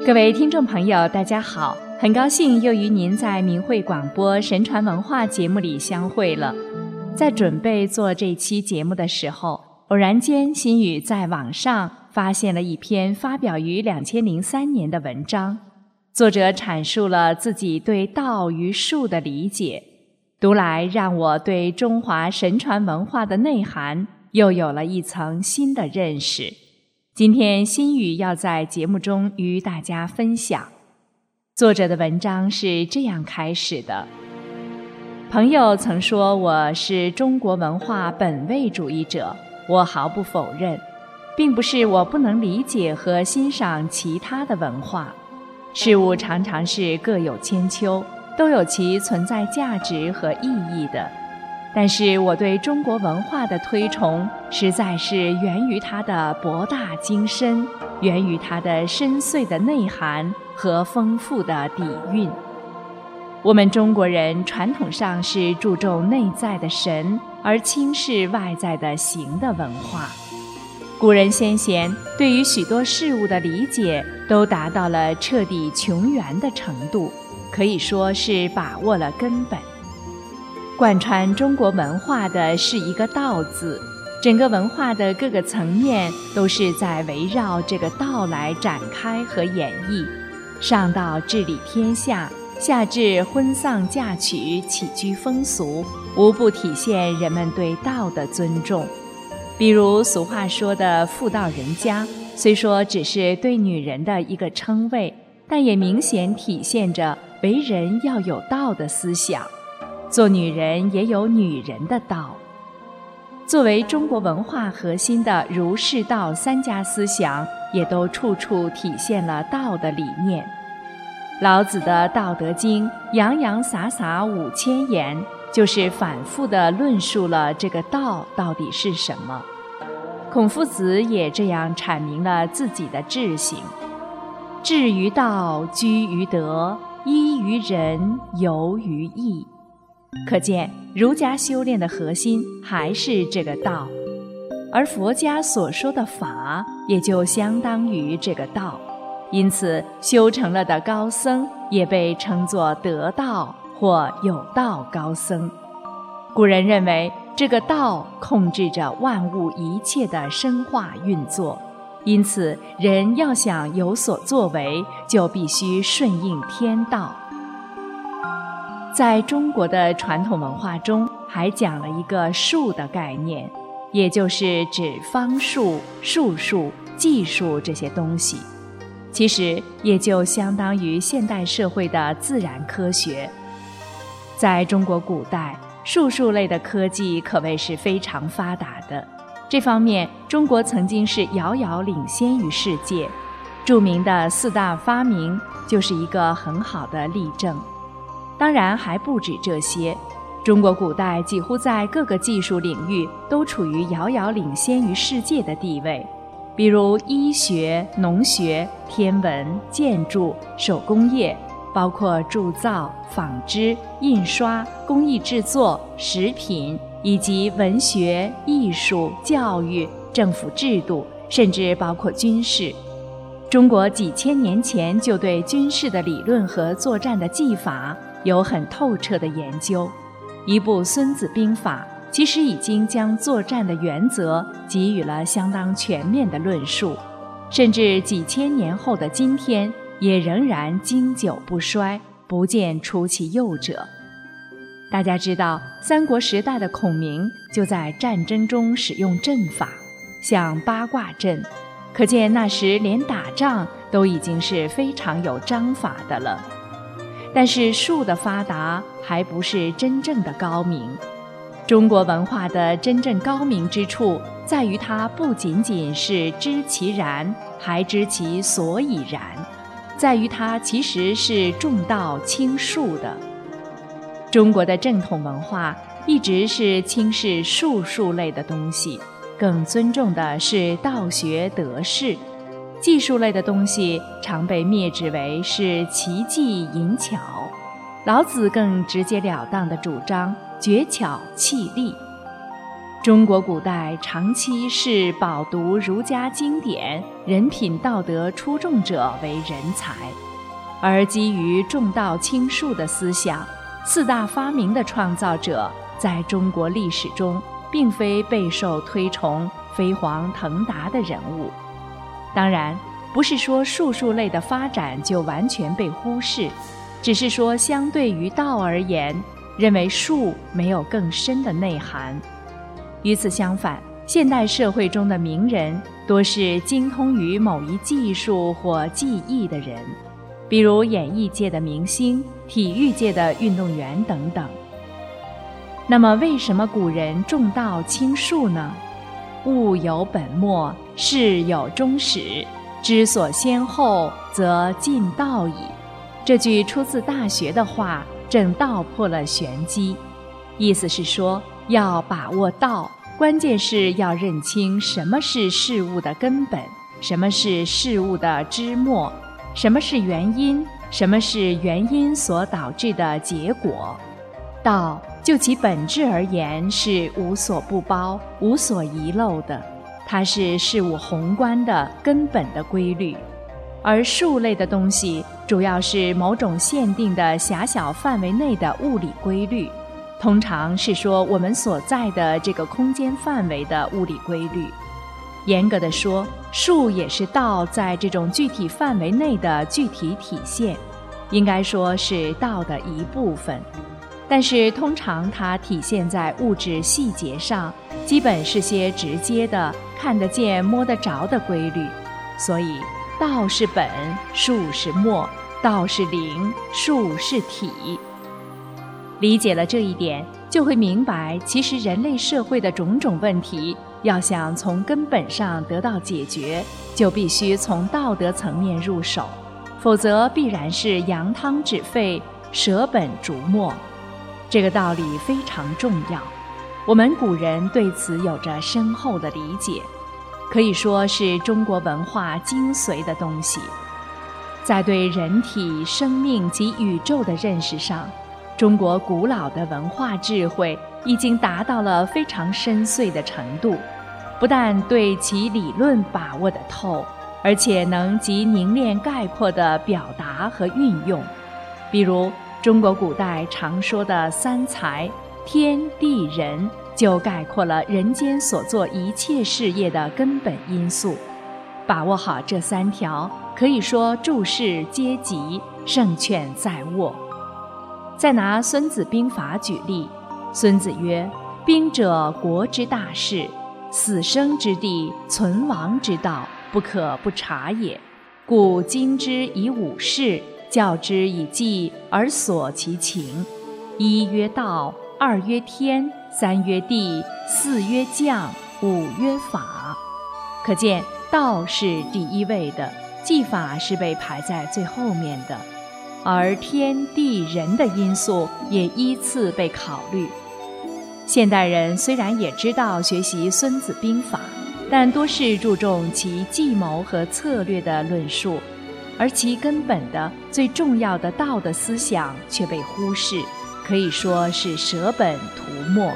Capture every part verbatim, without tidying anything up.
各位听众朋友大家好，很高兴又与您在明慧广播神传文化节目里相会了。在准备做这期节目的时候，偶然间心语在网上发现了一篇发表于两千零三年的文章，作者阐述了自己对道与术的理解，读来让我对中华神传文化的内涵又有了一层新的认识。今天心语要在节目中与大家分享。作者的文章是这样开始的：朋友曾说我是中国文化本位主义者，我毫不否认，并不是我不能理解和欣赏其他的文化，事物常常是各有千秋，都有其存在价值和意义的。但是我对中国文化的推崇，实在是源于它的博大精深，源于它的深邃的内涵和丰富的底蕴。我们中国人传统上是注重内在的神，而轻视外在的形的文化。古人先贤对于许多事物的理解，都达到了彻底穷源的程度，可以说是把握了根本。贯穿中国文化的是一个道字，整个文化的各个层面都是在围绕这个道来展开和演绎，上到治理天下，下至婚丧嫁娶、起居风俗，无不体现人们对道的尊重。比如俗话说的妇道人家，虽说只是对女人的一个称谓，但也明显体现着为人要有道的思想，做女人也有女人的道。作为中国文化核心的儒释道三家思想，也都处处体现了道的理念。老子的《道德经》洋洋洒洒五千言，就是反复地论述了这个道到底是什么。孔夫子也这样阐明了自己的志行：志于道，居于德，依于仁，游于义。可见儒家修炼的核心还是这个道，而佛家所说的法也就相当于这个道，因此修成了的高僧也被称作得道或有道高僧。古人认为这个道控制着万物一切的生化运作，因此人要想有所作为，就必须顺应天道。在中国的传统文化中，还讲了一个术的概念，也就是指方术、术数、技术这些东西，其实也就相当于现代社会的自然科学。在中国古代，术数类的科技可谓是非常发达的，这方面中国曾经是遥遥领先于世界，著名的四大发明就是一个很好的例证。当然还不止这些，中国古代几乎在各个技术领域都处于遥遥领先于世界的地位，比如医学、农学、天文、建筑、手工业，包括铸造、纺织、印刷、工艺制作、食品，以及文学、艺术、教育、政府制度，甚至包括军事。中国几千年前就对军事的理论和作战的技法有很透彻的研究，一部《孙子兵法》其实已经将作战的原则给予了相当全面的论述，甚至几千年后的今天也仍然经久不衰，不见出其右者。大家知道，三国时代的孔明就在战争中使用阵法，像八卦阵，可见那时连打仗都已经是非常有章法的了。但是术的发达还不是真正的高明，中国文化的真正高明之处，在于它不仅仅是知其然，还知其所以然，在于它其实是重道轻术的。中国的正统文化一直是轻视术数类的东西，更尊重的是道学德事。技术类的东西常被蔑指为是奇技淫巧，老子更直截了当地主张绝巧弃利。 中国古代长期视饱读儒家经典、人品道德出众者为人才，而基于重道轻术的思想，四大发明的创造者在中国历史中并非备受推崇、飞黄腾达的人物。当然，不是说术数类的发展就完全被忽视，只是说相对于道而言，认为术没有更深的内涵。与此相反，现代社会中的名人多是精通于某一技术或技艺的人，比如演艺界的明星、体育界的运动员等等。那么为什么古人重道轻术呢？物有本末，事有终始，知所先后，则近道矣。这句出自《大学》的话正道破了玄机，意思是说，要把握道，关键是要认清什么是事物的根本，什么是事物的枝末，什么是原因，什么是原因所导致的结果。道就其本质而言是无所不包、无所遗漏的，它是事物宏观的根本的规律。而术类的东西主要是某种限定的狭小范围内的物理规律，通常是说我们所在的这个空间范围的物理规律。严格的说，术也是道在这种具体范围内的具体体现，应该说是道的一部分。但是通常它体现在物质细节上，基本是些直接的、看得见、摸得着的规律。所以道是本，术是末；道是灵，术是体。理解了这一点，就会明白，其实人类社会的种种问题，要想从根本上得到解决，就必须从道德层面入手，否则必然是扬汤止沸，舍本逐末。这个道理非常重要，我们古人对此有着深厚的理解，可以说是中国文化精髓的东西。在对人体、生命及宇宙的认识上，中国古老的文化智慧已经达到了非常深邃的程度，不但对其理论把握得透，而且能极凝练概括地表达和运用。比如中国古代常说的三才，天地人，就概括了人间所做一切事业的根本因素。把握好这三条，可以说诸事皆吉，胜券在握。再拿《孙子兵法》举例，孙子曰：兵者，国之大事，死生之地，存亡之道，不可不察也。故经之以武事，教之以纪，而索其情。一曰道，二曰天，三曰地，四曰将，五曰法。可见道是第一位的，技法是被排在最后面的，而天地人的因素也依次被考虑。现代人虽然也知道学习《孙子兵法》，但多是注重其计谋和策略的论述，而其根本的最重要的道的思想却被忽视，可以说是舍本图末。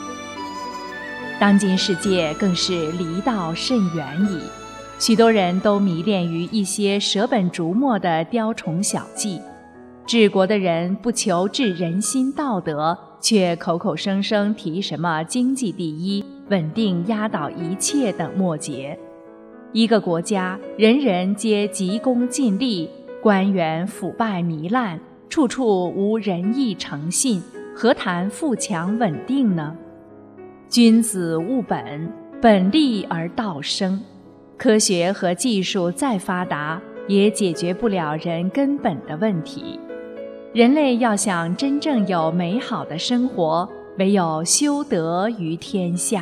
当今世界更是离道甚远矣，许多人都迷恋于一些舍本逐末的雕虫小技。治国的人不求治人心道德，却口口声声提什么经济第一、稳定压倒一切等末节。一个国家人人皆急功近利，官员腐败糜烂，处处无仁义诚信，何谈富强稳定呢？君子务本，本立而道生。科学和技术再发达，也解决不了人根本的问题。人类要想真正有美好的生活，唯有修德于天下。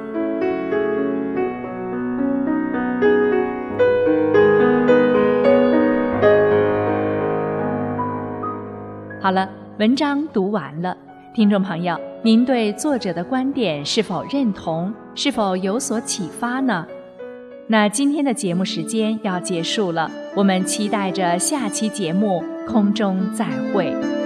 好了，文章读完了，听众朋友，您对作者的观点是否认同？是否有所启发呢？那今天的节目时间要结束了，我们期待着下期节目空中再会。